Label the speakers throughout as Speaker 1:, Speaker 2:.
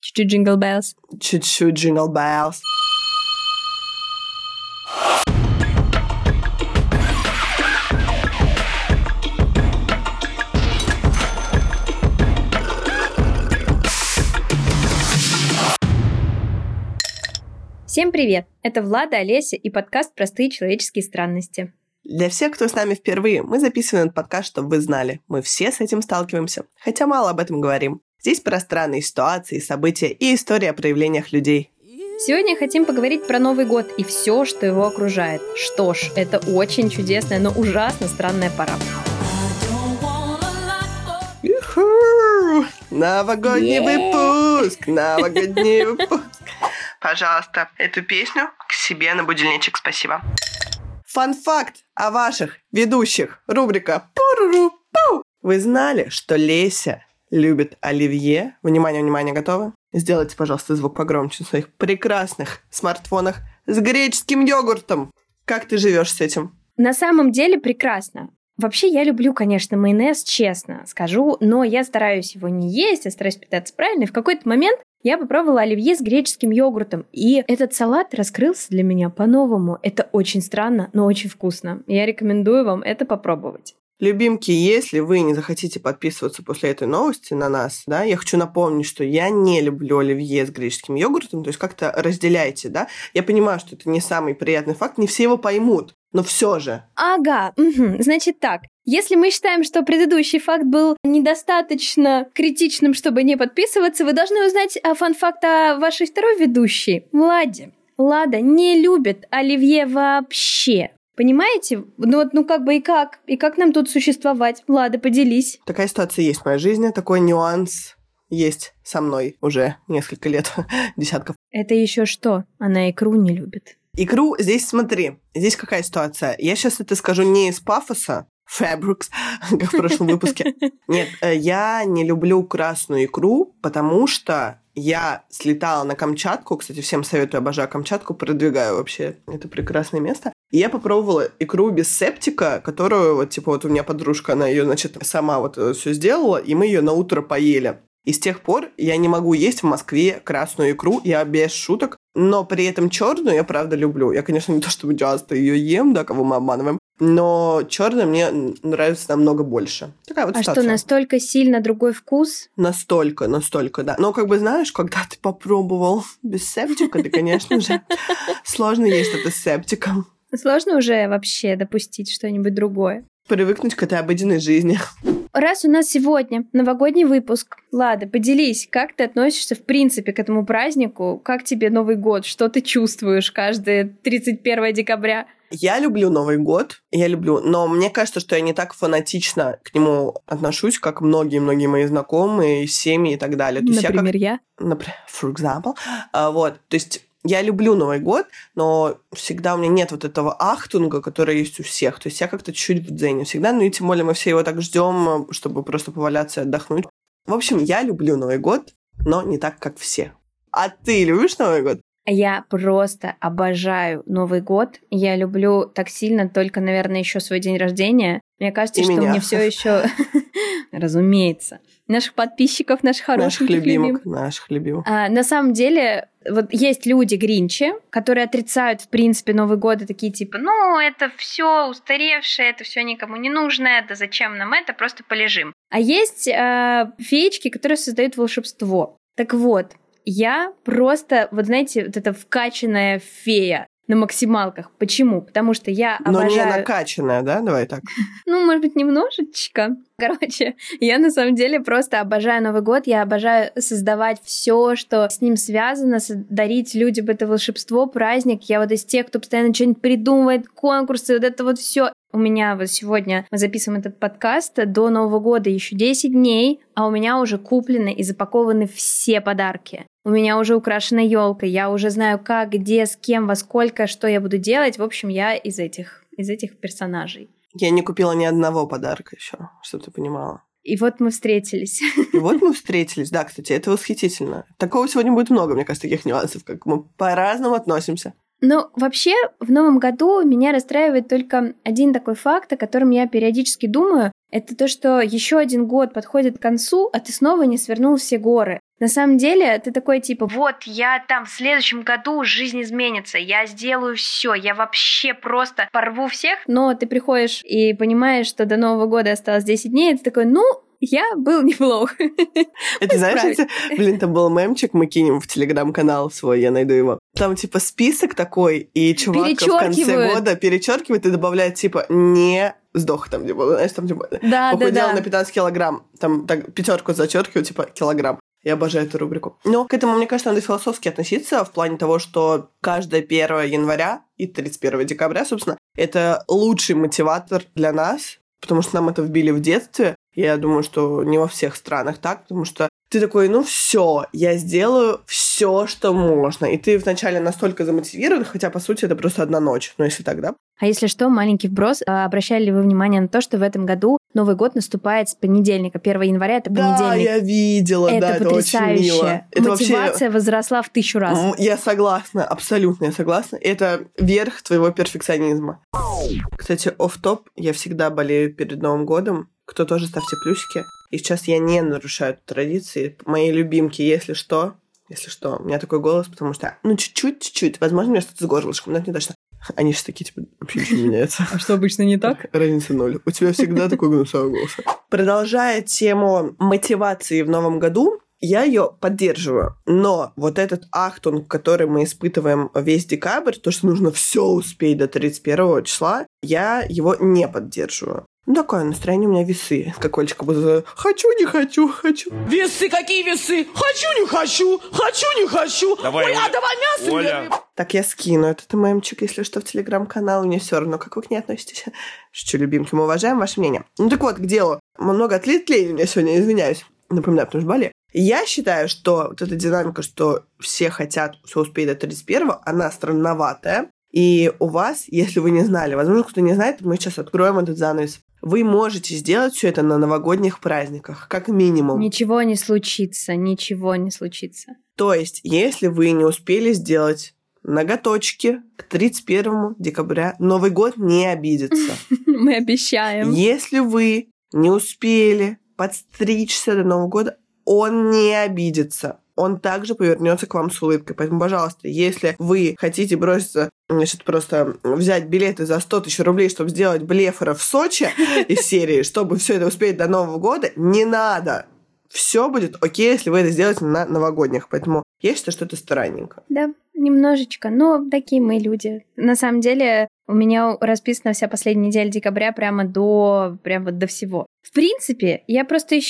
Speaker 1: Чуть-чуть Jingle Bells.
Speaker 2: Чуть-чуть Jingle Bells.
Speaker 1: Всем привет! Это Влада, Олеся и подкаст «Простые человеческие странности».
Speaker 2: Для всех, кто с нами впервые, мы записываем этот подкаст, чтобы вы знали. Мы все с этим сталкиваемся, хотя мало об этом говорим. Здесь про странные ситуации, события и истории о проявлениях людей.
Speaker 1: Сегодня хотим поговорить про Новый год и все, что его окружает. Что ж, это очень чудесная, но ужасно странная пора.
Speaker 2: Юху! Новогодний выпуск! Новогодний выпуск! Пожалуйста, эту песню к себе на будильничек, спасибо. Фан-факт о ваших ведущих. Рубрика «Пу-ру-ру-пу». Вы знали, что Леся любит оливье? Внимание, внимание, готовы? Сделайте, пожалуйста, звук погромче на своих прекрасных смартфонах с греческим йогуртом. Как ты живешь с этим?
Speaker 1: На самом деле прекрасно. Вообще, я люблю, конечно, майонез, честно скажу, но я стараюсь его не есть, я стараюсь питаться правильно, и в какой-то момент я попробовала оливье с греческим йогуртом, и этот салат раскрылся для меня по-новому. Это очень странно, но очень вкусно. Я рекомендую вам это попробовать.
Speaker 2: Любимки, если вы не захотите подписываться после этой новости на нас, да, я хочу напомнить, что я не люблю оливье с греческим йогуртом, то есть как-то разделяйте, да. Я понимаю, что это не самый приятный факт, не все его поймут, но все же.
Speaker 1: Ага, значит так. Если мы считаем, что предыдущий факт был недостаточно критичным, чтобы не подписываться, вы должны узнать фан-факт о вашей второй ведущей, Владе. Лада не любит оливье вообще. Понимаете? Ну как бы и как нам тут существовать? Лада, поделись.
Speaker 2: Такая ситуация есть в моей жизни, такой нюанс есть со мной уже несколько лет, десятков.
Speaker 1: Это еще что? Она икру не любит.
Speaker 2: Икру, здесь смотри, здесь какая ситуация. Я сейчас это скажу не из пафоса, Fabrics, как в прошлом выпуске. Нет, я не люблю красную икру, потому что я слетала на Камчатку. Кстати, всем советую, обожаю Камчатку, продвигаю вообще. Это прекрасное место. И я попробовала икру без септика, которую, вот у меня подружка, она ее, сама все сделала, и мы ее на утро поели. И с тех пор я не могу есть в Москве красную икру, я без шуток, но при этом черную я правда люблю. Я, конечно, не то чтобы часто ее ем, да, кого мы обманываем, но черная мне нравится намного больше. Такая вот ситуация.
Speaker 1: Что, настолько сильно другой вкус?
Speaker 2: Настолько, да. Но знаешь, когда ты попробовал без септика, ты, конечно же, сложно есть это с септиком.
Speaker 1: Сложно уже вообще допустить что-нибудь другое.
Speaker 2: Привыкнуть к этой обыденной жизни.
Speaker 1: Раз у нас сегодня новогодний выпуск, Лада, поделись, как ты относишься в принципе к этому празднику? Как тебе Новый год? Что ты чувствуешь каждое 31 декабря?
Speaker 2: Я люблю Новый год, но мне кажется, что я не так фанатично к нему отношусь, как многие-многие мои знакомые, семьи и так далее. То
Speaker 1: Например, я?
Speaker 2: Например, for example. То есть я люблю Новый год, но всегда у меня нет вот этого ахтунга, который есть у всех. То есть я как-то чуть-чуть в дзене всегда, и тем более мы все его так ждем, чтобы просто поваляться и отдохнуть. В общем, я люблю Новый год, но не так, как все. А ты любишь Новый год?
Speaker 1: Я просто обожаю Новый год. Я люблю так сильно только, наверное, еще свой день рождения. Мне кажется,
Speaker 2: и
Speaker 1: что
Speaker 2: меня.
Speaker 1: Мне все еще, разумеется, наших подписчиков, наших хороших любимых.
Speaker 2: Наших любимых.
Speaker 1: На самом деле, есть люди-гринчи, которые отрицают, в принципе, Новый год и такие типа, это все устаревшее, это все никому не нужное, да зачем нам это, просто полежим. А есть феечки, которые создают волшебство. Так вот, я просто, эта вкачанная фея на максималках. Почему? Потому что я обожаю...
Speaker 2: Но не накачанная, да? Давай так.
Speaker 1: Может быть, немножечко. Короче, я на самом деле просто обожаю Новый год, я обожаю создавать все, что с ним связано, дарить людям это волшебство, праздник. Я из тех, кто постоянно что-нибудь придумывает, конкурсы, это все. У меня сегодня мы записываем этот подкаст, до Нового года еще 10 дней, а у меня уже куплены и запакованы все подарки. У меня уже украшена елка, я уже знаю как, где, с кем, во сколько, что я буду делать. В общем, я из этих персонажей.
Speaker 2: Я не купила ни одного подарка еще, чтобы ты понимала.
Speaker 1: И вот мы встретились.
Speaker 2: Да, кстати, это восхитительно. Такого сегодня будет много, мне кажется, таких нюансов, как мы по-разному относимся.
Speaker 1: Вообще, в Новом году меня расстраивает только один такой факт, о котором я периодически думаю. Это то, что еще один год подходит к концу, а ты снова не свернул все горы. На самом деле, ты такой типа, вот, я там в следующем году жизнь изменится, я сделаю все, я вообще просто порву всех, но ты приходишь и понимаешь, что до Нового года осталось 10 дней, и ты такой, ну, я был неплох.
Speaker 2: Это знаешь, там был мемчик, мы кинем в телеграм-канал свой, я найду его. Там типа список такой, и чувак в конце года перечеркивает и добавляет типа не сдох там, типа, знаешь, там типа похудел на 15 килограмм, там так, 5 зачеркиваю, типа килограмм. Я обожаю эту рубрику. Но к этому, мне кажется, надо философски относиться в плане того, что каждое 1 января и 31 декабря, собственно, это лучший мотиватор для нас, потому что нам это вбили в детстве. Я думаю, что не во всех странах так, потому что ты такой, ну все, я сделаю все, что можно. И ты вначале настолько замотивирован, хотя, по сути, это просто одна ночь. Ну, если так, да?
Speaker 1: А если что, маленький вброс. Обращали ли вы внимание на то, что в этом году Новый год наступает с понедельника? 1 января — это понедельник.
Speaker 2: Да, я видела, это
Speaker 1: потрясающе.
Speaker 2: Очень мило.
Speaker 1: Это мотивация возросла в 1000 раз.
Speaker 2: Я согласна, абсолютно я согласна. Это верх твоего перфекционизма. Кстати, офф-топ, я всегда болею перед Новым годом. Кто тоже, ставьте плюсики. И сейчас я не нарушаю традиции. Мои любимки, если что, у меня такой голос, потому что, чуть-чуть, возможно, у меня что-то с горлышком, но это не точно. Они же такие, типа, вообще ничего не меняется.
Speaker 1: А что обычно не так?
Speaker 2: Разница 0. У тебя всегда такой гнусовый голос. Продолжая тему мотивации в новом году, я ее поддерживаю. Но вот этот ахтунг, который мы испытываем весь декабрь, то, что нужно все успеть до 31 числа, я его не поддерживаю. Ну, такое настроение у меня весы. Как Олечка будет: хочу, не хочу, хочу.
Speaker 3: Весы, какие весы? Хочу, не хочу, хочу, не хочу.
Speaker 4: Давай,
Speaker 3: Ой,
Speaker 4: Оля.
Speaker 3: давай мясо.
Speaker 4: Оля.
Speaker 2: Так, я скину этот мемчик, если что, в телеграм-канал. Мне все равно, как вы к ней относитесь. Что, любимки, мы уважаем ваше мнение. Ну, так вот, к делу. Много отвлечений у меня сегодня, извиняюсь. Напоминаю, потому что болею. Я считаю, что вот эта динамика, что все хотят все успеть до 31-го, она странноватая. И у вас, если вы не знали, возможно, кто-то не знает, мы сейчас откроем этот занавес. Вы можете сделать все это на новогодних праздниках, как минимум.
Speaker 1: Ничего не случится, ничего не случится.
Speaker 2: То есть, если вы не успели сделать ноготочки к 31 декабря, Новый год не обидится.
Speaker 1: Мы обещаем.
Speaker 2: Если вы не успели подстричься до Нового года, он не обидится. Он также повернется к вам с улыбкой. Поэтому, пожалуйста, если вы хотите броситься, значит, просто взять билеты за 100 000 рублей, чтобы сделать блефера в Сочи из серии, чтобы все это успеть до Нового года, не надо. Все будет окей, если вы это сделаете на новогодних. Поэтому я считаю, что это странненько.
Speaker 1: Да, немножечко. Но такие мы люди. На самом деле, у меня расписана вся последняя неделя декабря прямо до всего. В принципе, я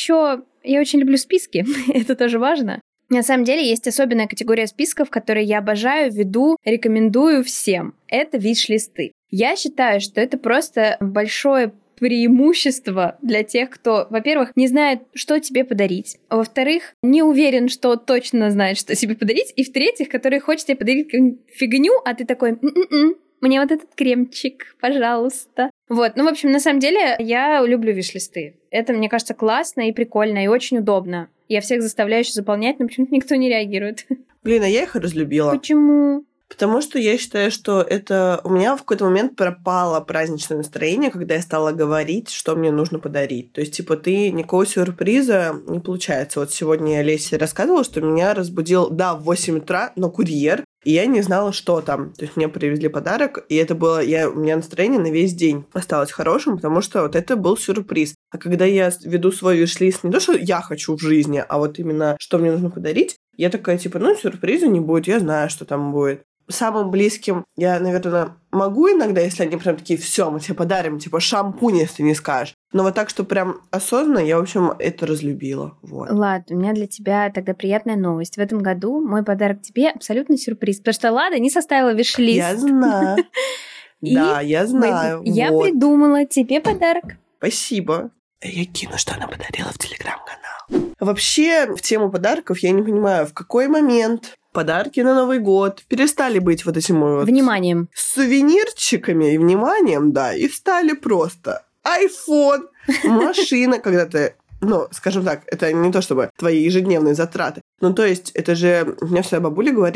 Speaker 1: очень люблю списки. Это тоже важно. На самом деле есть особенная категория списков, которые я обожаю, веду, рекомендую всем. Это виш-листы. Я считаю, что это просто большое преимущество для тех, кто, во-первых, не знает, что тебе подарить, а во-вторых, не уверен, что точно знает, что тебе подарить, и в-третьих, который хочет тебе подарить какую-нибудь фигню, а ты такой: мне вот этот кремчик, пожалуйста. Вот, ну, в общем, на самом деле, я люблю виш-листы. Это, мне кажется, классно и прикольно, и очень удобно. Я всех заставляю еще заполнять, но почему-то никто не реагирует.
Speaker 2: Блин, а я их разлюбила.
Speaker 1: Почему?
Speaker 2: Потому что я считаю, что это... У меня в какой-то момент пропало праздничное настроение, когда я стала говорить, что мне нужно подарить. То есть, типа, никакого сюрприза не получается. Вот сегодня Леся рассказывала, что меня разбудил, в 8 утра, но курьер, и я не знала, что там. То есть мне привезли подарок, и это было... У меня настроение на весь день осталось хорошим, потому что вот это был сюрприз. А когда я веду свой виш-лист, не то, что я хочу в жизни, а вот именно, что мне нужно подарить, я такая, типа, сюрприза не будет, я знаю, что там будет. Самым близким я, наверное, могу иногда, если они прям такие: все, мы тебе подарим, типа, шампунь, если не скажешь. Но вот так, что прям осознанно, я, в общем, это разлюбила. Вот.
Speaker 1: Ладно, у меня для тебя тогда приятная новость. В этом году мой подарок тебе абсолютно сюрприз, потому что Лада не составила виш-лист.
Speaker 2: Я знаю. Да, я знаю.
Speaker 1: Я придумала тебе подарок.
Speaker 2: Спасибо. Я кину, что она подарила в телеграм-канал. Вообще, в тему подарков я не понимаю, в какой момент подарки на Новый год перестали быть вот этим вот...
Speaker 1: Вниманием.
Speaker 2: Сувенирчиками и вниманием, да, и стали просто iPhone, машина, когда ты... скажем так, это не то чтобы твои ежедневные затраты. То есть, это же... У меня всегда бабуля говорила: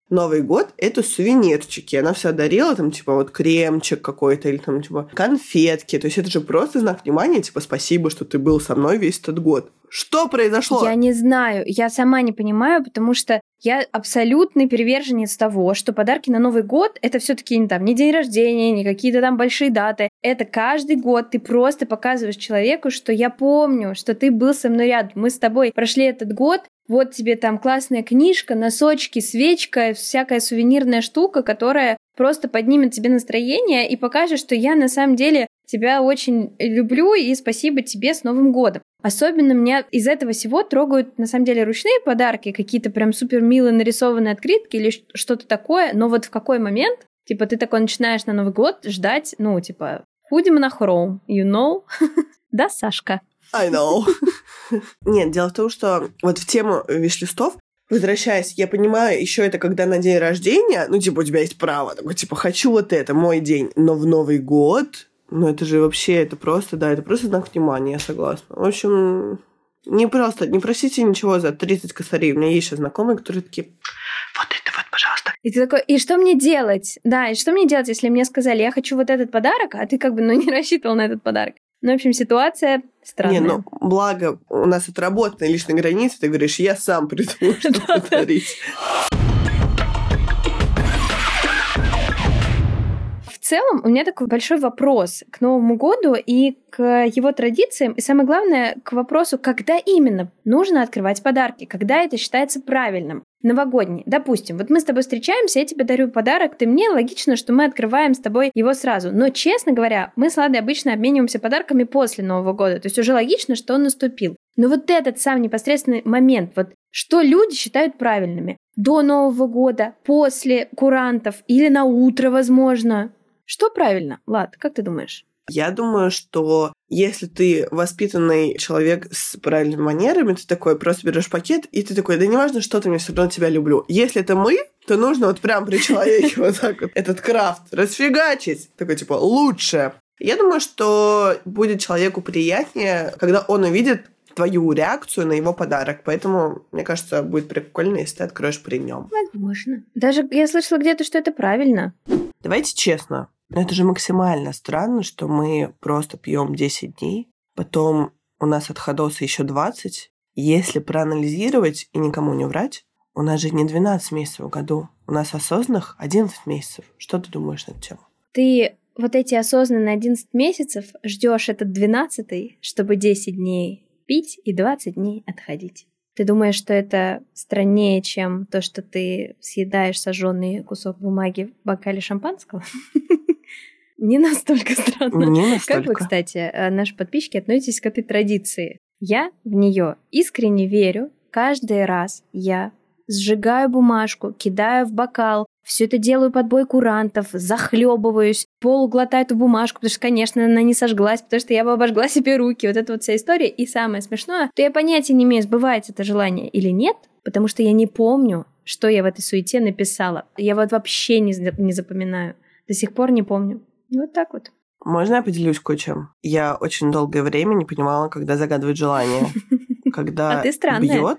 Speaker 2: Новый год – это сувенирчики. Она вся дарила, там, типа, вот кремчик какой-то или, там, типа, конфетки. То есть это же просто знак внимания, типа, спасибо, что ты был со мной весь этот год. Что произошло?
Speaker 1: Я не знаю, я сама не понимаю, потому что я абсолютный приверженец того, что подарки на Новый год — это все-таки не день рождения, не какие-то там большие даты. Это каждый год ты просто показываешь человеку, что я помню, что ты был со мной рядом. Мы с тобой прошли этот год, вот тебе там классная книжка, носочки, свечка, всякая сувенирная штука, которая просто поднимет тебе настроение и покажет, что я на самом деле тебя очень люблю и спасибо тебе, с Новым годом. Особенно меня из этого всего трогают, на самом деле, ручные подарки, какие-то прям супер милые нарисованные открытки или что-то такое, но вот в какой момент, типа, ты такой начинаешь на Новый год ждать, худи монохром, you know? Да, Сашка?
Speaker 2: I know. Нет, дело в том, что вот в тему виш-листов, возвращаясь, я понимаю, еще это когда на день рождения, у тебя есть право, такой, хочу вот это, мой день, но в Новый год... это же вообще, это просто знак внимания, я согласна. В общем, не просите ничего за 30 косарей. У меня есть еще знакомые, которые такие, вот это вот, пожалуйста.
Speaker 1: И ты такой, и что мне делать? Да, и что мне делать, если мне сказали, я хочу вот этот подарок, а ты не рассчитывал на этот подарок? В общем, ситуация странная.
Speaker 2: Благо, у нас отработанные личные границы, ты говоришь, я сам придумал, что подарить.
Speaker 1: В целом, у меня такой большой вопрос к Новому году и к его традициям, и самое главное, к вопросу, когда именно нужно открывать подарки, когда это считается правильным. Новогодний. Допустим, вот мы с тобой встречаемся, я тебе дарю подарок, ты мне, логично, что мы открываем с тобой его сразу. Но, честно говоря, мы с Ладой обычно обмениваемся подарками после Нового года, то есть уже логично, что он наступил. Но вот этот сам непосредственный момент, вот что люди считают правильными? До Нового года, после курантов или на утро, возможно? Что правильно? Лад, как ты думаешь?
Speaker 2: Я думаю, что если ты воспитанный человек с правильными манерами, ты такой просто берешь пакет, и ты такой, да неважно, что ты, мне все равно тебя люблю. Если это мы, то нужно вот прям при человеке вот так вот этот крафт расфигачить. Такой типа лучше. Я думаю, что будет человеку приятнее, когда он увидит твою реакцию на его подарок. Поэтому, мне кажется, будет прикольно, если ты откроешь при нем.
Speaker 1: Возможно. Даже я слышала где-то, что это правильно.
Speaker 2: Давайте честно. Но это же максимально странно, что мы просто пьем 10 дней, потом у нас отходоса еще 20. Если проанализировать и никому не врать, у нас же не 12 месяцев в году, у нас осознанных 11 месяцев. Что ты думаешь на эту тему?
Speaker 1: Ты вот эти осознанные 11 месяцев ждешь этот 12-й, чтобы 10 дней пить и 20 дней отходить. Ты думаешь, что это страннее, чем то, что ты съедаешь сожженный кусок бумаги в бокале шампанского? Не настолько странно.
Speaker 2: Не настолько.
Speaker 1: Как вы, кстати, наши подписчики, относитесь к этой традиции? Я в нее искренне верю. Каждый раз я сжигаю бумажку, кидаю в бокал, все это делаю под бой курантов, захлебываюсь, полуглотаю эту бумажку, потому что, конечно, она не сожглась, потому что я бы обожгла себе руки. Вот эта вот вся история. И самое смешное, то я понятия не имею, сбывается это желание или нет, потому что я не помню, что я в этой суете написала. Я вот вообще не запоминаю. До сих пор не помню. Вот так вот.
Speaker 2: Можно я поделюсь кое-чем? Я очень долгое время не понимала, когда загадывать желание. Когда
Speaker 1: а ты странная.
Speaker 2: Бьет.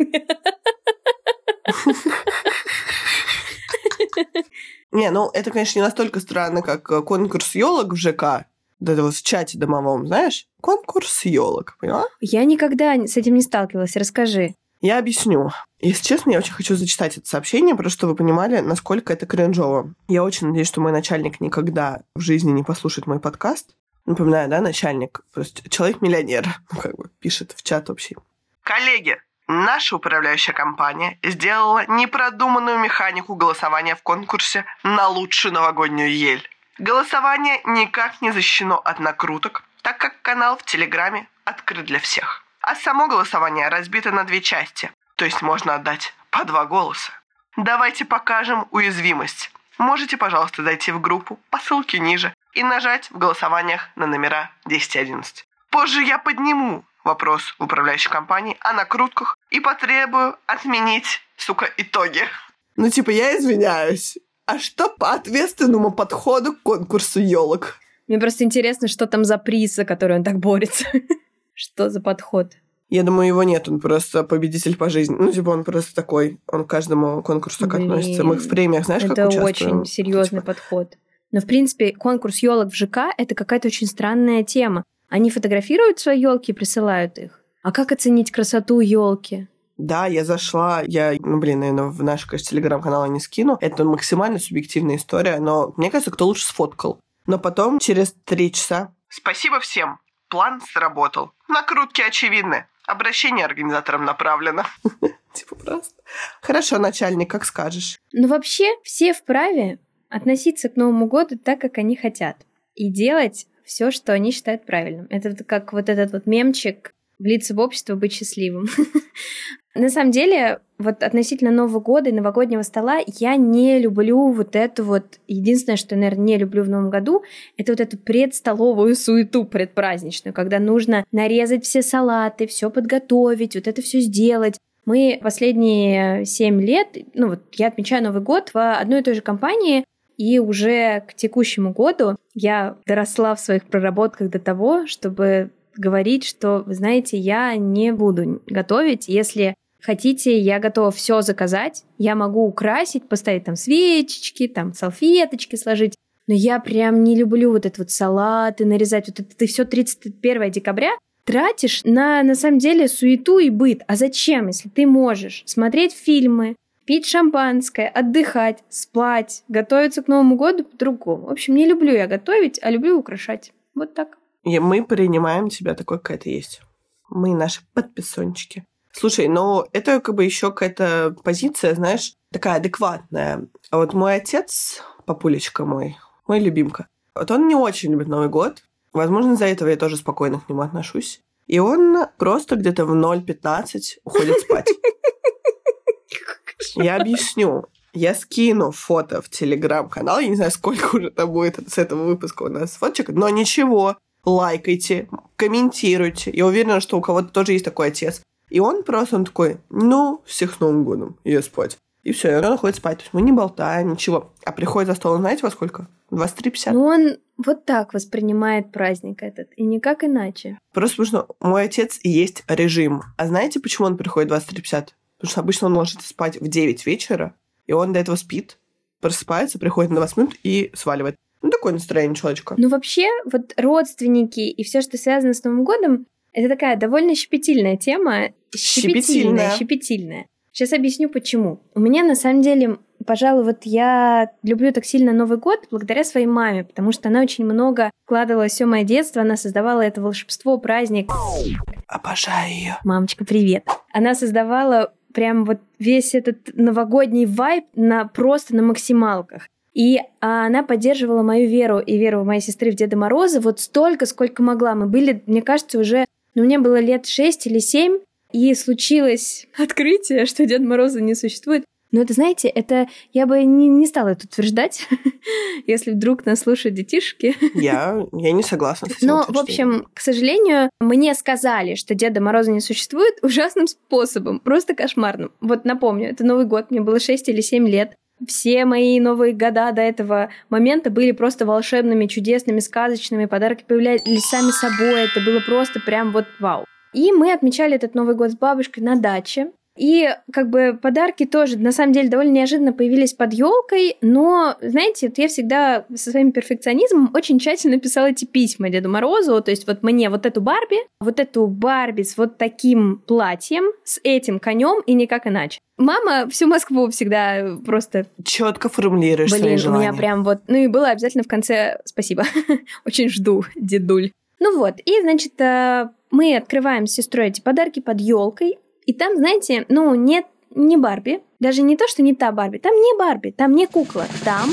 Speaker 2: Не, это, конечно, не настолько странно, как конкурс елок в ЖК. Это вот в чате домовом, знаешь? Конкурс елок, поняла?
Speaker 1: Я никогда с этим не сталкивалась. Расскажи.
Speaker 2: Я объясню. Если честно, я очень хочу зачитать это сообщение, просто чтобы вы понимали, насколько это кринжово. Я очень надеюсь, что мой начальник никогда в жизни не послушает мой подкаст. Напоминаю, да, начальник, просто человек-миллионер, пишет в чат общий. Коллеги, наша управляющая компания сделала непродуманную механику голосования в конкурсе на лучшую новогоднюю ель. Голосование никак не защищено от накруток, так как канал в Телеграме открыт для всех. А само голосование разбито на 2 части, то есть можно отдать по 2 голоса. Давайте покажем уязвимость. Можете, пожалуйста, зайти в группу по ссылке ниже и нажать в голосованиях на номера 10 и 11. Позже я подниму вопрос в управляющей компании о накрутках и потребую отменить, итоги. Я извиняюсь. А что по ответственному подходу к конкурсу елок?
Speaker 1: Мне просто интересно, что там за приз, за который он так борется. Что за подход?
Speaker 2: Я думаю, его нет, он просто победитель по жизни. Ну, типа, он просто такой, он к каждому конкурсу так относится. Мы в премиях, знаешь, как участвуем?
Speaker 1: Это очень серьезный подход. Но, в принципе, конкурс елок в ЖК — это какая-то очень странная тема. Они фотографируют свои елки и присылают их. А как оценить красоту елки?
Speaker 2: Да, я зашла, наверное, в наш, конечно, телеграм-канал не скину. Это максимально субъективная история, но мне кажется, кто лучше сфоткал. Но потом, через 3 часа... Спасибо всем. План сработал. Накрутки очевидны. Обращение организаторам направлено. Типа просто. Хорошо, начальник, как скажешь.
Speaker 1: Ну, вообще, все вправе относиться к Новому году так, как они хотят. И делать все, что они считают правильным. Это как вот этот вот мемчик «Влиться в общество, быть счастливым». На самом деле, вот относительно Нового года и новогоднего стола я не люблю вот эту вот... Единственное, что я, наверное, не люблю в Новом году, это вот эту предстоловую суету предпраздничную, когда нужно нарезать все салаты, все подготовить, вот это все сделать. Мы последние 7 лет, ну вот я отмечаю Новый год в одной и той же компании, и уже к текущему году я доросла в своих проработках до того, чтобы говорить, что, вы знаете, я не буду готовить, если хотите, я готова все заказать, я могу украсить, поставить там свечечки, там салфеточки сложить, но я прям не люблю вот это вот салаты нарезать, вот это ты все 31 декабря тратишь на самом деле суету и быт. А зачем, если ты можешь смотреть фильмы, пить шампанское, отдыхать, спать, готовиться к Новому году по-другому. В общем, не люблю я готовить, а люблю украшать. Вот так.
Speaker 2: И мы принимаем тебя такой, какая ты есть. Мы наши подписончики. Слушай, ну это как бы еще какая-то позиция, знаешь, такая адекватная. А вот мой отец, папулечка мой любимка, вот он не очень любит Новый год. Возможно, из-за этого я тоже спокойно к нему отношусь. И он просто где-то в 0:15 уходит спать. Я объясню. Я скину фото в телеграм-канал. Я не знаю, сколько уже там будет с этого выпуска у нас фоточек, но ничего. Лайкайте, комментируйте. Я уверена, что у кого-то тоже есть такой отец. И он такой, ну, всех с Новым годом, я спать. И все, и он уходит спать. То есть мы не болтаем, ничего. А приходит за стол, знаете, во сколько? 23:50.
Speaker 1: Ну, он вот так воспринимает праздник этот, и никак иначе.
Speaker 2: Просто потому что мой отец и есть режим. А знаете, почему он приходит 23:50? Потому что обычно он ложится спать в 9 вечера, и он до этого спит, просыпается, приходит на 20 минут и сваливает. Ну, такое настроение человечка.
Speaker 1: Ну, вообще, вот родственники и все, что связано с Новым годом, это такая довольно щепетильная тема. Щепетильная. Сейчас объясню, почему. У меня, на самом деле, пожалуй, вот я люблю так сильно Новый год благодаря своей маме, потому что она очень много вкладывала все мое детство, она создавала это волшебство, праздник.
Speaker 2: Обожаю ее.
Speaker 1: Мамочка, привет. Она создавала прям вот весь этот новогодний вайб просто на максималках. И она поддерживала мою веру и веру моей сестры в Деда Мороза вот столько, сколько могла. Мы были, мне кажется, уже... мне было лет 6 или 7, и случилось открытие, что Деда Мороза не существует. Но это, знаете, это я бы не стала это утверждать, если вдруг нас слушают детишки.
Speaker 2: Я не согласна с этим.
Speaker 1: Но, в общем, к сожалению, мне сказали, что Деда Мороза не существует ужасным способом, просто кошмарным. Вот напомню, это Новый год, мне было 6 или 7 лет. Все мои новые года до этого момента были просто волшебными, чудесными, сказочными. Подарки появлялись сами собой. Это было просто прям вот вау. И мы отмечали этот Новый год с бабушкой на даче. И как бы подарки тоже, на самом деле, довольно неожиданно появились под елкой, но, знаете, вот я всегда со своим перфекционизмом очень тщательно писала эти письма Деду Морозу, то есть вот мне вот эту Барби с вот таким платьем, с этим конем и никак иначе. Мама всю Москву всегда просто...
Speaker 2: Четко формулируешь свои желания.
Speaker 1: У меня прям вот... Ну и было обязательно в конце «спасибо». Очень жду, дедуль. Ну вот, и, значит, мы открываем с сестрой эти подарки под елкой. И там, знаете, нет, не Барби. Даже не то, что не та Барби. Там не Барби, там не кукла. Там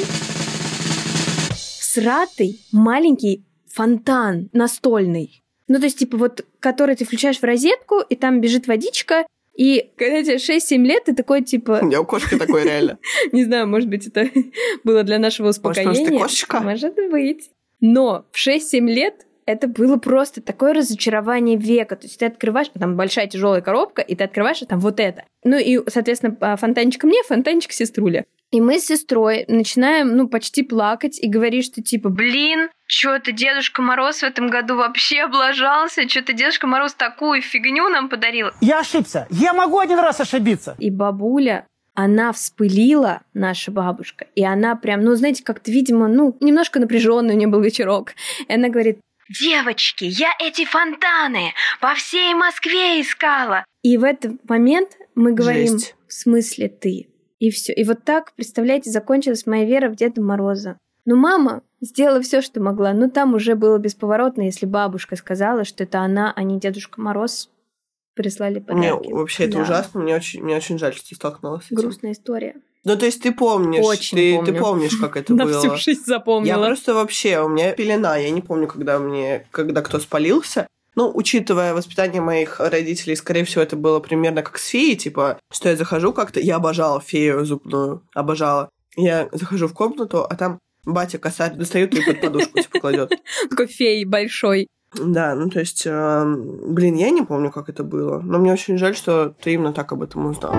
Speaker 1: всратый маленький фонтан настольный. Ну, то есть, типа, вот, который ты включаешь в розетку, и там бежит водичка, и когда тебе 6-7 лет, ты такой, типа...
Speaker 2: У меня у кошки такой реально.
Speaker 1: Не знаю, может быть, это было для нашего успокоения.
Speaker 2: Может, ты кошечка?
Speaker 1: Может быть. Но в 6-7 лет... Это было просто такое разочарование века. То есть ты открываешь, там большая тяжелая коробка, и ты открываешь, и там вот это. Ну и, соответственно, фонтанчик мне, фонтанчик сеструля. И мы с сестрой начинаем, почти плакать и говорить, что типа, блин, что-то Дедушка Мороз в этом году вообще облажался, что-то Дедушка Мороз такую фигню нам подарил.
Speaker 3: Я ошибся. Я могу один раз ошибиться.
Speaker 1: И бабуля, она вспылила, наша бабушка, и она прям, знаете, как-то, видимо, немножко напряженный у нее был вечерок. И она говорит: девочки, я эти фонтаны по всей Москве искала. И в этот момент мы говорим:
Speaker 2: Жесть.
Speaker 1: В смысле ты? И все. И вот так, представляете, закончилась моя вера в Деда Мороза. Мама сделала все, что могла. Там уже было бесповоротно, если бабушка сказала, что это она, а не Дедушка Мороз прислали подарки.
Speaker 2: Мне вообще это ужасно. Мне очень жаль, что ты столкнулась с этим.
Speaker 1: Грустная история.
Speaker 2: То есть ты помнишь,
Speaker 1: Очень
Speaker 2: ты
Speaker 1: помню.
Speaker 2: помнишь, как это было.
Speaker 1: На всю жизнь запомнила.
Speaker 2: Я просто вообще, у меня пелена, я не помню, когда кто спалился. Учитывая воспитание моих родителей, скорее всего, это было примерно как с феей, типа, что я захожу как-то, я обожала фею зубную, обожала. Я захожу в комнату, а там батя косарь достает и под подушку типа кладет.
Speaker 1: Такой фей большой.
Speaker 2: Да, то есть, я не помню, как это было. Но мне очень жаль, что ты именно так об этом узнала.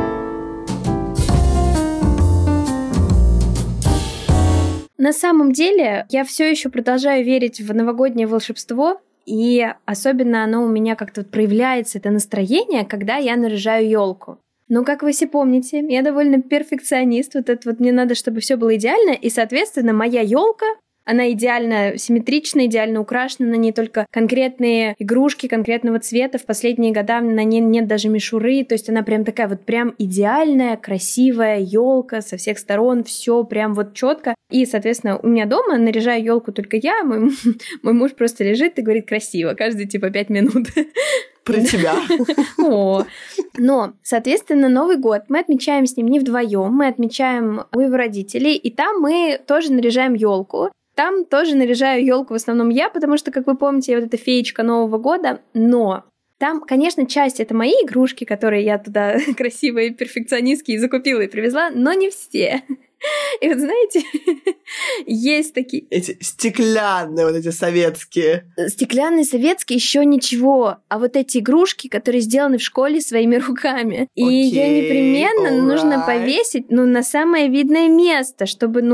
Speaker 1: На самом деле, я все еще продолжаю верить в новогоднее волшебство, и особенно оно у меня как-то проявляется, это настроение, когда я наряжаю елку. Но, как вы все помните, я довольно перфекционист, мне надо, чтобы все было идеально, и, соответственно, моя елка, она идеально симметрична, идеально украшена, на ней только конкретные игрушки конкретного цвета. В последние годы на ней нет даже мишуры, то есть она прям такая прям идеальная, красивая елка со всех сторон, все прям четко. И, соответственно, у меня дома наряжаю елку только я, мой муж просто лежит и говорит: красиво, каждые 5 минут.
Speaker 2: Про тебя.
Speaker 1: Но, соответственно, Новый год мы отмечаем с ним не вдвоем, мы отмечаем у его родителей, и там мы тоже наряжаем елку. Там тоже наряжаю елку в основном я, потому что, как вы помните, я эта феечка Нового года, но там, конечно, часть это мои игрушки, которые я туда красивые, перфекционистские закупила и привезла, но не все. И знаете, есть такие...
Speaker 2: Эти стеклянные, эти советские.
Speaker 1: Стеклянные советские еще ничего, а эти игрушки, которые сделаны в школе своими руками. И ее непременно нужно повесить, на самое видное место, чтобы,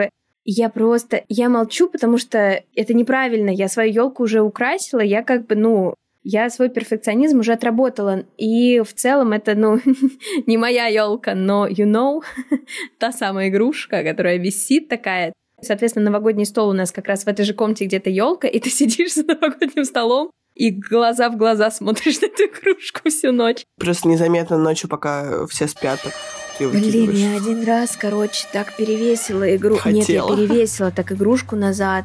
Speaker 1: я молчу, потому что это неправильно. Я свою елку уже украсила, я я свой перфекционизм уже отработала. И в целом это, не моя елка, но та самая игрушка, которая висит такая. Соответственно, новогодний стол у нас как раз в этой же комнате где-то елка, и ты сидишь за новогодним столом и глаза в глаза смотришь на эту игрушку всю ночь.
Speaker 2: Просто незаметно ночью, пока все спят, так ты выкидываешь.
Speaker 1: Я один раз, так перевесила игрушку. Нет, я перевесила так игрушку назад.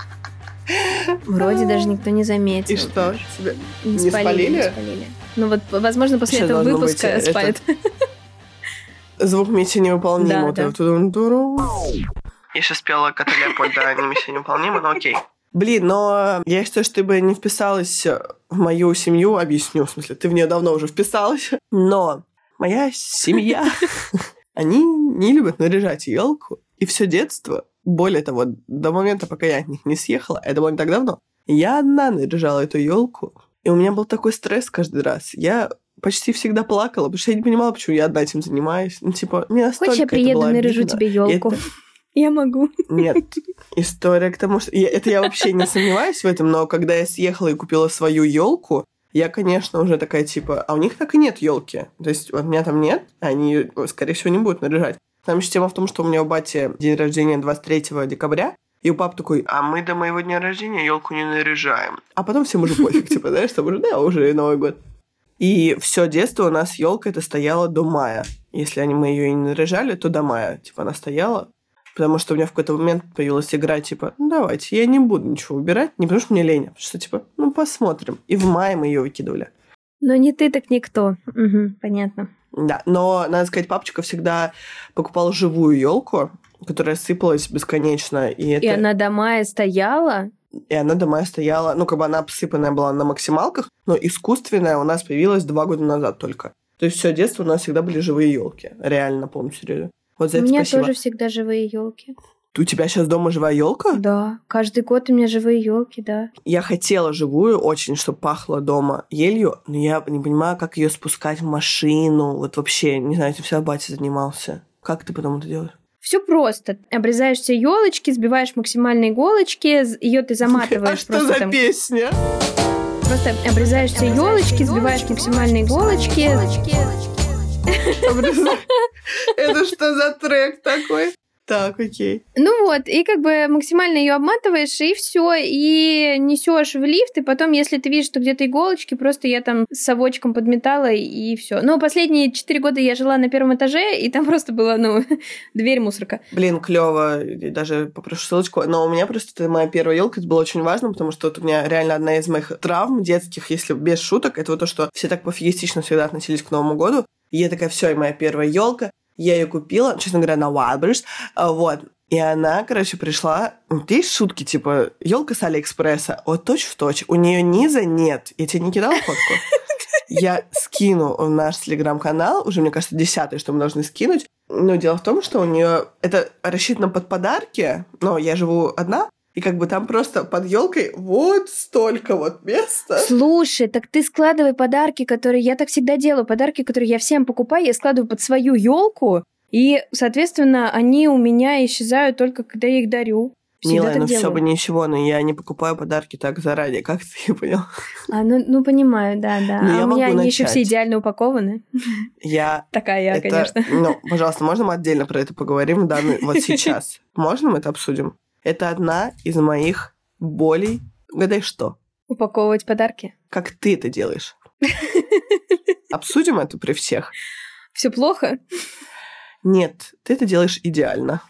Speaker 1: Вроде даже никто не заметил.
Speaker 2: И что? Тебя
Speaker 1: не спалили? Возможно, после
Speaker 2: Сейчас
Speaker 1: этого выпуска спалят.
Speaker 2: Звук «Миссия невыполнима».
Speaker 1: Да.
Speaker 2: Я сейчас пела «Кота Леопольда», не «Миссия невыполнима», но окей. Но я считаю, что ты бы не вписалась в мою семью. Объясню, в смысле, ты в нее давно уже вписалась. Но моя семья, они не любят наряжать елку. И все детство, более того, до момента, пока я от них не съехала, это было не так давно, я одна наряжала эту елку. И у меня был такой стресс каждый раз. Я почти всегда плакала, потому что я не понимала, почему я одна этим занимаюсь. Не настолько.
Speaker 1: Хочешь, я приеду, наряжу тебе елку? Я могу.
Speaker 2: Нет, история к тому, что... я вообще не сомневаюсь в этом, но когда я съехала и купила свою елку, я, конечно, уже такая, а у них так и нет елки. То есть у меня там нет, они, скорее всего, не будут наряжать. Там еще тема в том, что у меня у бати день рождения 23 декабря, и у папы такой: а мы до моего дня рождения елку не наряжаем. А потом всем уже пофиг, знаешь, там уже Новый год. И все детство у нас елка это стояла до мая. Если мы ее и не наряжали, то до мая, она стояла. Потому что у меня в какой-то момент появилась игра, давайте, я не буду ничего выбирать, не потому что мне лень, а потому что, посмотрим. И в мае мы ее выкидывали.
Speaker 1: Но не ты, так никто. Угу, понятно.
Speaker 2: Да, но, надо сказать, папочка всегда покупал живую елку, которая сыпалась бесконечно. И
Speaker 1: она до мая стояла?
Speaker 2: И она до мая стояла, она обсыпанная была на максималках, но искусственная у нас появилась 2 года назад только. То есть все детство у нас всегда были живые елки. Реально, на полном серьезе.
Speaker 1: У меня тоже всегда живые елки.
Speaker 2: У тебя сейчас дома живая елка?
Speaker 1: Да, каждый год у меня живые елки, да.
Speaker 2: Я хотела живую очень, чтобы пахло дома елью, но я не понимаю, как ее спускать в машину. Вообще, не знаю, этим всегда батя занимался. Как ты потом это делаешь?
Speaker 1: Все просто. Обрезаешь все елочки, сбиваешь максимальные иголочки, ее ты заматываешь.
Speaker 2: А что за песня?
Speaker 1: Просто обрезаешь все елочки, сбиваешь максимальные иголочки.
Speaker 2: Это что за трек такой? Так, окей.
Speaker 1: Ну вот, и как бы максимально ее обматываешь, и все, и несешь в лифт, и потом, если ты видишь, что где-то иголочки, просто я там с совочком подметала, и все. Но последние 4 года я жила на 1 этаже, и там просто была, дверь мусорка.
Speaker 2: Блин, клево. Даже попрошу ссылочку. Но у меня просто это моя первая елка, это было очень важно, потому что вот у меня реально одна из моих травм детских, если без шуток, это вот то, что все так пофигистично всегда относились к Новому году. И я такая, все, и моя первая елка. Я ее купила, честно говоря, на Wildberries, вот. И она, короче, пришла... Есть шутки, типа, елка с Алиэкспресса, вот точь-в-точь. У нее низа нет. Я тебе не кидала фотку? Я скину в наш телеграм-канал, уже, мне кажется, 10-й, что мы должны скинуть. Но дело в том, что у нее это рассчитано под подарки, но я живу одна, и как бы там просто под елкой вот столько вот места.
Speaker 1: Слушай, так ты складывай подарки, которые... Я так всегда делаю. Подарки, которые я всем покупаю, я складываю под свою елку, и, соответственно, они у меня исчезают только когда я их дарю. Всегда
Speaker 2: Милая,
Speaker 1: так
Speaker 2: ну
Speaker 1: делаю.
Speaker 2: все бы ничего, но я не покупаю подарки так заранее, как ты понял?
Speaker 1: Ну понимаю, да.
Speaker 2: Ну,
Speaker 1: у меня они
Speaker 2: начать.
Speaker 1: еще все идеально упакованы. Такая я, конечно.
Speaker 2: Ну, пожалуйста, можно мы отдельно про это поговорим, да, вот сейчас? Можно мы это обсудим? Это одна из моих болей. Угадай, что?
Speaker 1: Упаковывать подарки.
Speaker 2: Как ты это делаешь? Обсудим это при всех?
Speaker 1: Все плохо?
Speaker 2: Нет, ты это делаешь идеально.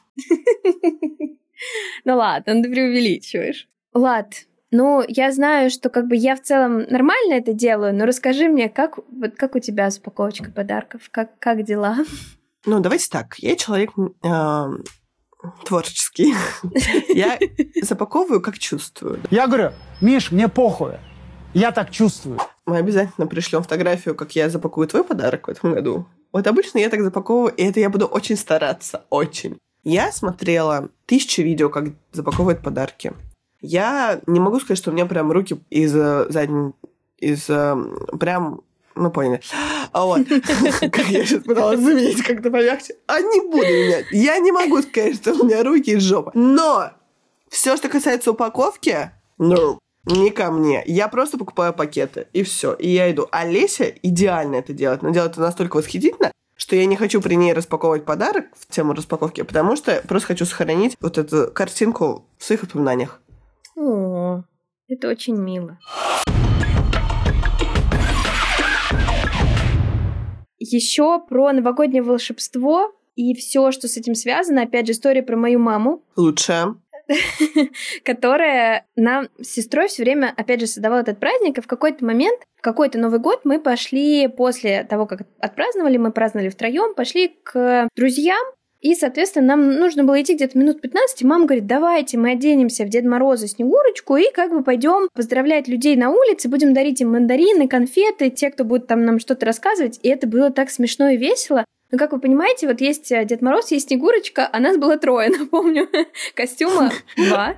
Speaker 1: Ну ладно, ты преувеличиваешь. Лад, я знаю, что как бы я в целом нормально это делаю, но расскажи мне, как у тебя с упаковочкой подарков? Как дела?
Speaker 2: Ну, давайте так. Я человек творческий. Я запаковываю, как чувствую.
Speaker 4: Я говорю, Миш, мне похуй. Я так чувствую.
Speaker 2: Мы обязательно пришлем фотографию, как я запакую твой подарок в этом году. Вот обычно я так запаковываю, и это я буду очень стараться. Очень. Я смотрела 1000 видео, как запаковывают подарки. Я не могу сказать, что у меня прям руки ну, поняли. А вот, как я сейчас пыталась заменить как-то помягче. А не буду менять. Я не могу сказать, что у меня руки из жопы. Но все, что касается упаковки, не ко мне. Я просто покупаю пакеты, и все. И я иду. А Леся идеально это делает. Но делает это настолько восхитительно, что я не хочу при ней распаковывать подарок в тему распаковки, потому что просто хочу сохранить вот эту картинку в своих воспоминаниях.
Speaker 1: О, это очень мило. Еще про новогоднее волшебство и все, что с этим связано. Опять же, история про мою маму.
Speaker 2: Лучшая.
Speaker 1: Которая нам с сестрой все время, опять же, создавала этот праздник, и в какой-то момент, в какой-то Новый год мы пошли, после того, как отпраздновали, мы праздновали втроем, пошли к друзьям, и, соответственно, нам нужно было идти где-то минут 15, и мама говорит, давайте мы оденемся в Деда Мороза, Снегурочку, и как бы пойдем поздравлять людей на улице, будем дарить им мандарины, конфеты, те, кто будет там нам что-то рассказывать, и это было так смешно и весело. Но, как вы понимаете, вот есть Дед Мороз, есть Снегурочка, а нас было 3, напомню. Костюма 2.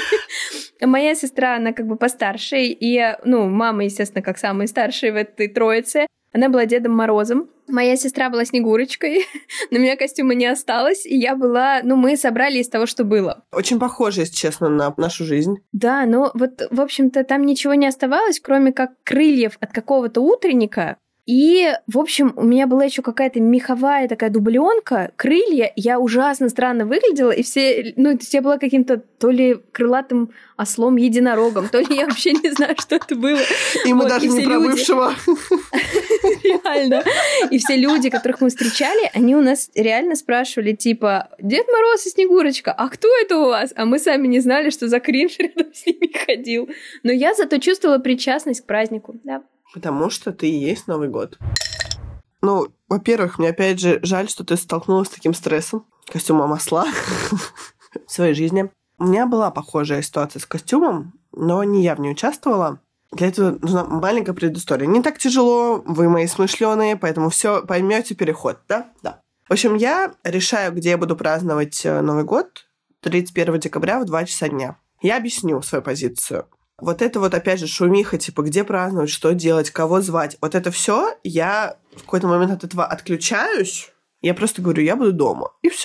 Speaker 1: Моя сестра, она как бы постарше, и, мама, естественно, как самая старшая в этой троице. Она была Дедом Морозом. Моя сестра была Снегурочкой. На меня костюма не осталось, и я была... мы собрали из того, что было.
Speaker 2: Очень похоже, если честно, на нашу жизнь.
Speaker 1: Да, но вот, в общем-то, там ничего не оставалось, кроме как крыльев от какого-то утренника. И, в общем, у меня была еще какая-то меховая такая дубленка, крылья, я ужасно странно выглядела, и все, я была каким-то то ли крылатым ослом-единорогом, то ли я вообще не знаю, что это было.
Speaker 2: И мы даже не про бывшего.
Speaker 1: Реально. И все люди, которых мы встречали, они у нас реально спрашивали, типа, Дед Мороз и Снегурочка, а кто это у вас? А мы сами не знали, что за кринж рядом с ними ходил. Но я зато чувствовала причастность к празднику, да.
Speaker 2: Потому что ты и есть Новый год. Во-первых, мне опять же жаль, что ты столкнулась с таким стрессом. Костюмом осла в своей жизни. У меня была похожая ситуация с костюмом, но не я в ней участвовала. Для этого нужна маленькая предыстория. Не так тяжело, вы мои смышленые, поэтому все поймете переход, да? Да. В общем, я решаю, где я буду праздновать Новый год 31 декабря в 2 часа дня. Я объясню свою позицию. Вот это вот, опять же, шумиха, типа, где праздновать, что делать, кого звать. Вот это все я в какой-то момент от этого отключаюсь. Я просто говорю, я буду дома. И все.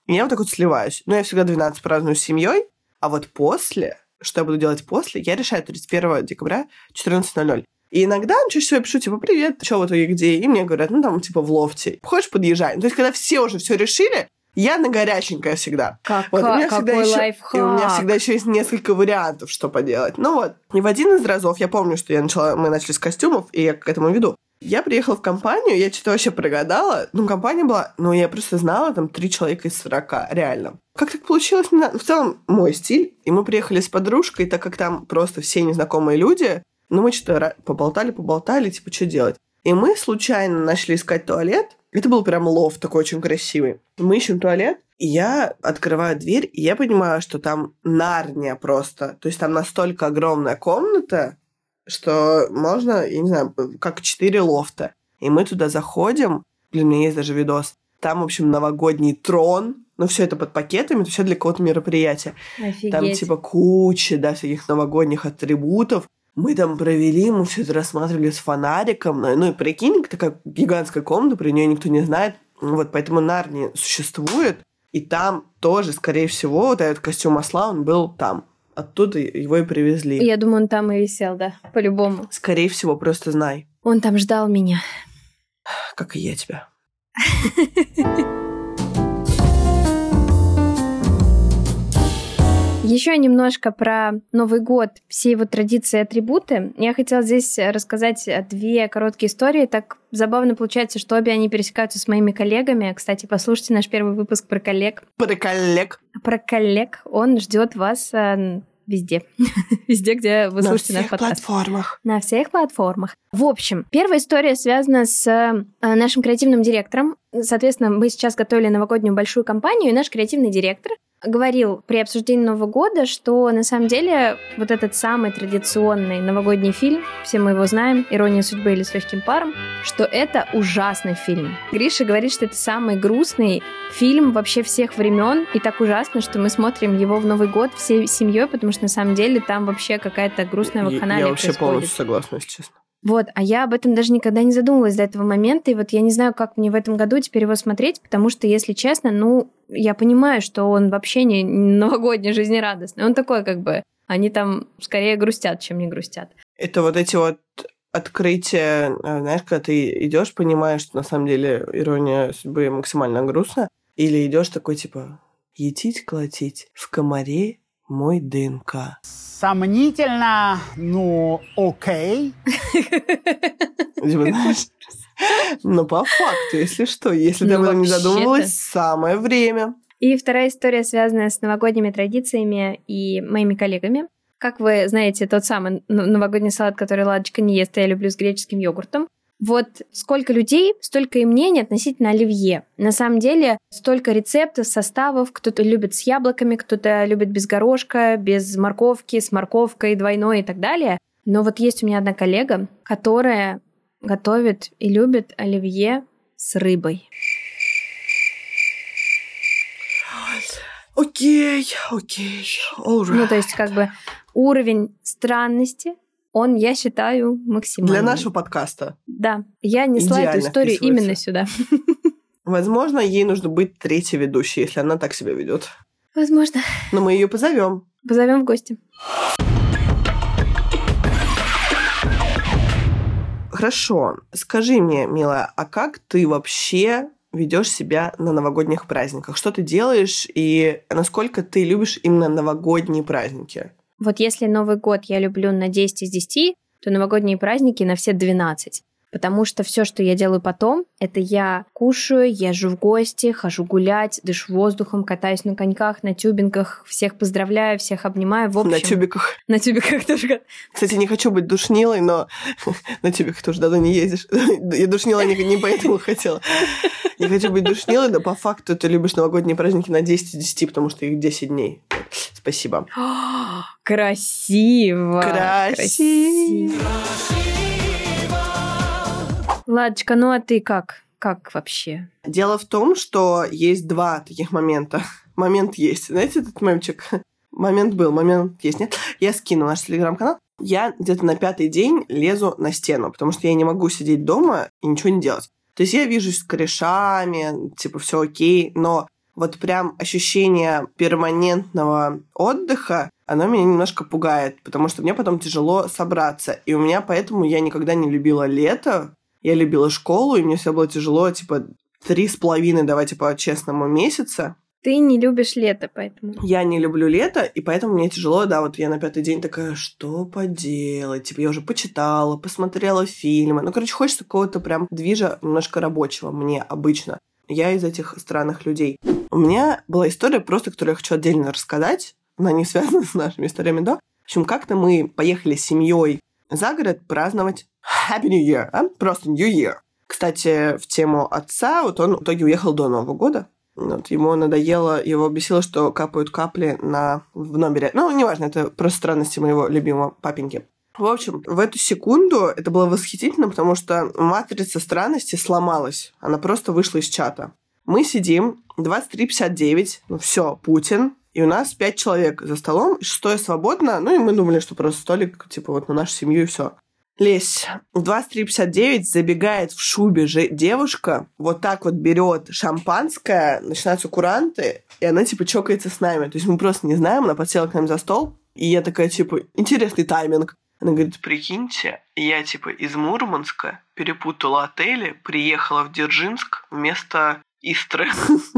Speaker 2: И я вот так вот сливаюсь. Но я всегда 12 праздную с семьей, а вот после, что я буду делать после, я решаю 31 декабря 14:00. И иногда, чаще всего я пишу, типа, привет, что в итоге где? И мне говорят, ну, там, типа, в лофте. Хочешь, подъезжай? То есть, когда все уже все решили, я на горяченькое всегда.
Speaker 1: Какой лайфхак.
Speaker 2: И у меня всегда еще есть несколько вариантов, что поделать. Ну вот. И в один из разов, я помню, что мы начали с костюмов, и я к этому веду. Я приехала в компанию, я что-то вообще прогадала. Ну, компания была... Ну, я просто знала, там, 3 человека из 40, реально. Как так получилось? Не знаю. В целом, мой стиль. И мы приехали с подружкой, так как там просто все незнакомые люди. Ну, мы что-то поболтали, типа, что делать? И мы случайно начали искать туалет. Это был прям лофт такой очень красивый. Мы ищем туалет, и я открываю дверь, и я понимаю, что там Нарния просто. То есть там настолько огромная комната, что можно, я не знаю, как 4 лофта. И мы туда заходим. Блин, у меня есть даже видос. Там, в общем, новогодний трон. Ну, все это под пакетами, это все для какого-то мероприятия.
Speaker 1: Офигеть.
Speaker 2: Там, типа, куча, да, всяких новогодних атрибутов. Мы там провели, мы все это рассматривали с фонариком. Ну и прикинь, такая гигантская комната, про нее никто не знает. Вот, поэтому Нарния существует. И там тоже, скорее всего, вот этот костюм осла, он был там. Оттуда его и привезли.
Speaker 1: Я думаю, он там и висел, да, по-любому.
Speaker 2: Скорее всего, просто знай.
Speaker 1: Он там ждал меня.
Speaker 2: Как и я тебя.
Speaker 1: Еще немножко про Новый год, все его традиции и атрибуты. Я хотела здесь рассказать 2 короткие истории. Так забавно получается, что обе они пересекаются с моими коллегами. Кстати, послушайте наш первый выпуск про коллег. Про коллег. Он ждет вас везде. Везде, где вы слушаете наш подкаст. На всех платформах. В общем, первая история связана с нашим креативным директором. Соответственно, мы сейчас готовили новогоднюю большую кампанию, и наш креативный директор говорил при обсуждении Нового года, что на самом деле вот этот самый традиционный новогодний фильм, все мы его знаем, «Ирония судьбы» или «С легким паром», что это ужасный фильм. Гриша говорит, что это самый грустный фильм вообще всех времен, и так ужасно, что мы смотрим его в Новый год всей семьей, потому что на самом деле там вообще какая-то грустная вакханалия
Speaker 2: Я вообще
Speaker 1: происходит.
Speaker 2: полностью согласна, если честно.
Speaker 1: Вот, а я об этом даже никогда не задумывалась до этого момента, и вот я не знаю, как мне в этом году теперь его смотреть, потому что, если честно, ну, я понимаю, что он вообще не новогодний, жизнерадостный, он такой как бы, они там скорее грустят, чем не грустят.
Speaker 2: Это вот эти вот открытия, знаешь, когда ты идешь, понимаешь, что на самом деле «Ирония судьбы» максимально грустная, или идешь такой типа «Етить-колотить в комаре мой ДНК».
Speaker 4: Сомнительно, ну, окей.
Speaker 2: Но по факту, если что, если ты об этом не задумывалась, самое время.
Speaker 1: И вторая история, связанная с новогодними традициями и моими коллегами. Как вы знаете, тот самый новогодний салат, который Ладочка не ест, я люблю с греческим йогуртом. Вот сколько людей, столько и мнений относительно оливье. На самом деле, столько рецептов, составов. Кто-то любит с яблоками, кто-то любит без горошка, без морковки, с морковкой двойной и так далее. Но вот есть у меня одна коллега, которая готовит и любит оливье с рыбой.
Speaker 2: Окей, all right.
Speaker 1: Ну, то есть, как бы, уровень странности, он, я считаю, максимальный.
Speaker 2: Для нашего подкаста.
Speaker 1: Да, я несла эту историю именно сюда.
Speaker 2: Возможно, ей нужно быть 3-й ведущей, если она так себя ведет.
Speaker 1: Возможно.
Speaker 2: Но мы ее позовем.
Speaker 1: Позовем в гости.
Speaker 2: Хорошо. Скажи мне, милая, а как ты вообще ведешь себя на новогодних праздниках? Что ты делаешь и насколько ты любишь именно новогодние праздники?
Speaker 1: Вот если Новый год я люблю на 10 из 10, то новогодние праздники на все 12. Потому что все, что я делаю потом, это я кушаю, езжу в гости, хожу гулять, дышу воздухом, катаюсь на коньках, на тюбингах, всех поздравляю, всех обнимаю. В общем,
Speaker 2: на тюбиках.
Speaker 1: На тюбиках тоже.
Speaker 2: Кстати, не хочу быть душнилой, но на тюбиках тоже давно не ездишь. Я душнила не поэтому хотела. Не хочу быть душнилой, но по факту ты любишь новогодние праздники на 10 из 10, потому что их 10 дней. Спасибо.
Speaker 1: Красиво. Ладочка, ну а ты как? Как вообще?
Speaker 2: Дело в том, что есть 2 таких момента. Момент есть. Знаете этот мемчик? Момент был, момент есть, нет? Я скину наш телеграм-канал. Я где-то на 5-й день лезу на стену, потому что я не могу сидеть дома и ничего не делать. То есть я вижусь с корешами, типа, все окей, но вот прям ощущение перманентного отдыха, оно меня немножко пугает, потому что мне потом тяжело собраться. И у меня поэтому я никогда не любила лето. Я любила школу, и мне все было тяжело, 3,5, давайте по-честному, месяца.
Speaker 1: Ты не любишь лето, поэтому...
Speaker 2: Я не люблю лето, и поэтому мне тяжело, да, вот я на 5-й день такая, что поделать? Я уже почитала, посмотрела фильмы. Хочется какого-то прям движа немножко рабочего мне обычно. Я из этих странных людей. У меня была история просто, которую я хочу отдельно рассказать. Она не связана с нашими историями, да? В общем, как-то мы поехали с семьей за город праздновать Happy New Year, просто New Year. Кстати, в тему отца, вот он в итоге уехал до Нового года. Вот, ему надоело, его бесило, что капают капли в номере. Неважно, это просто странности моего любимого папеньки. В общем, в эту секунду это было восхитительно, потому что матрица странности сломалась. Она просто вышла из чата. Мы сидим, 23:59, все, Путин, и у нас 5 человек за столом, 6 свободно, и мы думали, что просто столик, на нашу семью и все. Лесь, в 23:59 забегает в шубе же девушка, вот так вот берет шампанское, начинаются куранты, и она, чокается с нами. То есть мы просто не знаем, она подсела к нам за стол, и я такая, интересный тайминг. Она говорит, прикиньте, я, из Мурманска перепутала отели, приехала в Дзержинск вместо Истры.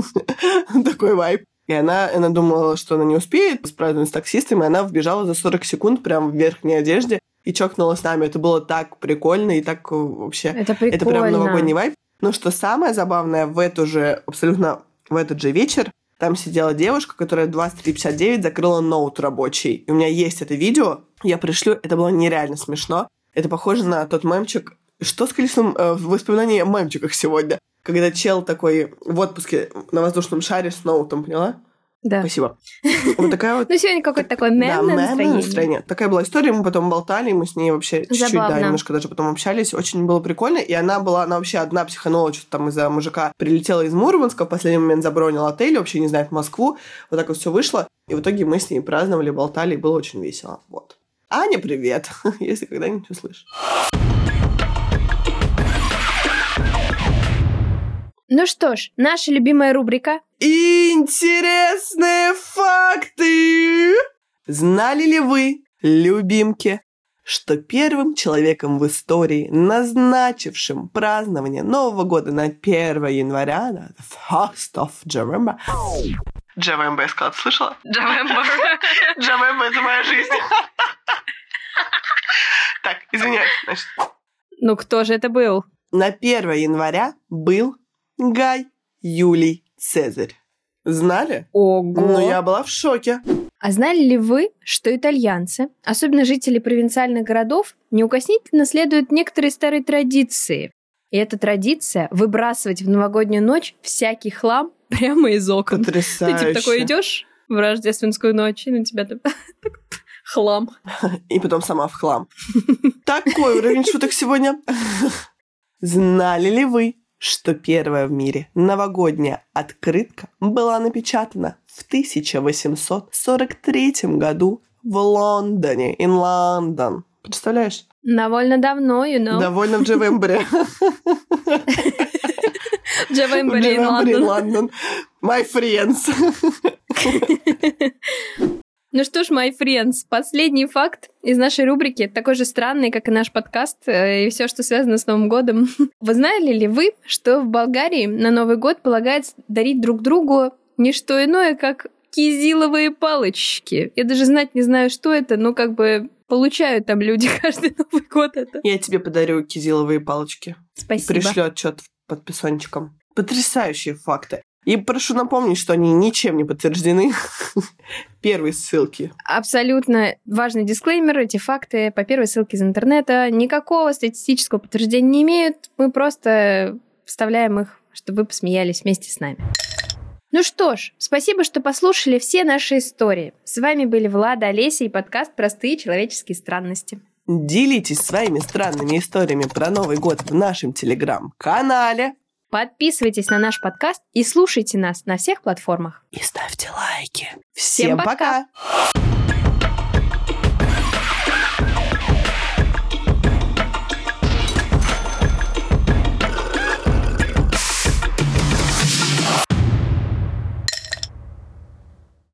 Speaker 2: Такой вайб. И она думала, что она не успеет справиться с таксистами, и она вбежала за 40 секунд прям в верхней одежде и чокнула с нами. Это было так прикольно и так вообще...
Speaker 1: Это прикольно.
Speaker 2: Это прям новогодний вайб. Но что самое забавное, абсолютно в этот же вечер там сидела девушка, которая в 23:59 закрыла ноут рабочий. И у меня есть это видео, я пришлю, это было нереально смешно. Это похоже на тот мемчик. Что с количеством воспоминаний о мемчиках сегодня? Когда чел такой в отпуске на воздушном шаре с ноутом, поняла?
Speaker 1: Да.
Speaker 2: Спасибо. Вот такая вот...
Speaker 1: Сегодня какое-то такое мемное настроение.
Speaker 2: Такая была история, мы потом болтали, мы с ней вообще чуть-чуть, немножко даже потом общались. Очень было прикольно. И она вообще одна психанула, что-то там из-за мужика прилетела из Мурманска, в последний момент забронила отель, вообще не знает Москву. Вот так вот все вышло. И в итоге мы с ней праздновали, болтали, и было очень весело. Вот. Аня, привет, если когда-нибудь услышишь.
Speaker 1: Ну что ж, наша любимая рубрика
Speaker 2: Интересные факты! Знали ли вы, любимки, что первым человеком в истории, назначившим празднование Нового года на 1 января, the 1st of November... Джавемба, я сказала, ты слышала?
Speaker 1: Джавемба.
Speaker 2: Джавемба — это моя жизнь. Так, извиняюсь, значит.
Speaker 1: Ну, кто же это был?
Speaker 2: На 1 января был Гай Юлий Цезарь. Знали?
Speaker 1: Ого!
Speaker 2: Я была в шоке.
Speaker 1: А знали ли вы, что итальянцы, особенно жители провинциальных городов, неукоснительно следуют некоторые старые традиции? И эта традиция — выбрасывать в новогоднюю ночь всякий хлам прямо из окон.
Speaker 2: Потрясающе.
Speaker 1: Ты такой идешь в рождественскую ночь, и на тебя там хлам.
Speaker 2: И потом сама в хлам. Такой уровень шуток сегодня. Знали ли вы, что первая в мире новогодняя открытка была напечатана в 1843 году в Лондоне, in London? Представляешь?
Speaker 1: Довольно давно,
Speaker 2: Довольно в Джавембре.
Speaker 1: Джавембре in
Speaker 2: London. My friends.
Speaker 1: Ну что ж, my friends, последний факт из нашей рубрики, такой же странный, как и наш подкаст, и все, что связано с Новым годом. Вы знали ли вы, что в Болгарии на Новый год полагается дарить друг другу не что иное, как кизиловые палочки? Я даже знать не знаю, что это, но получают там люди каждый Новый год это.
Speaker 2: Я тебе подарю кизиловые палочки.
Speaker 1: Спасибо.
Speaker 2: Пришлю отчет под писончиком. Потрясающие факты. И прошу напомнить, что они ничем не подтверждены. Первые ссылки.
Speaker 1: Абсолютно важный дисклеймер. Эти факты по первой ссылке из интернета никакого статистического подтверждения не имеют. Мы просто вставляем их, чтобы вы посмеялись вместе с нами. Ну что ж, спасибо, что послушали все наши истории. С вами были Влада, Олеся и подкаст «Простые человеческие странности».
Speaker 2: Делитесь своими странными историями про Новый год в нашем телеграм-канале.
Speaker 1: Подписывайтесь на наш подкаст и слушайте нас на всех платформах.
Speaker 2: И ставьте лайки.
Speaker 1: Всем пока!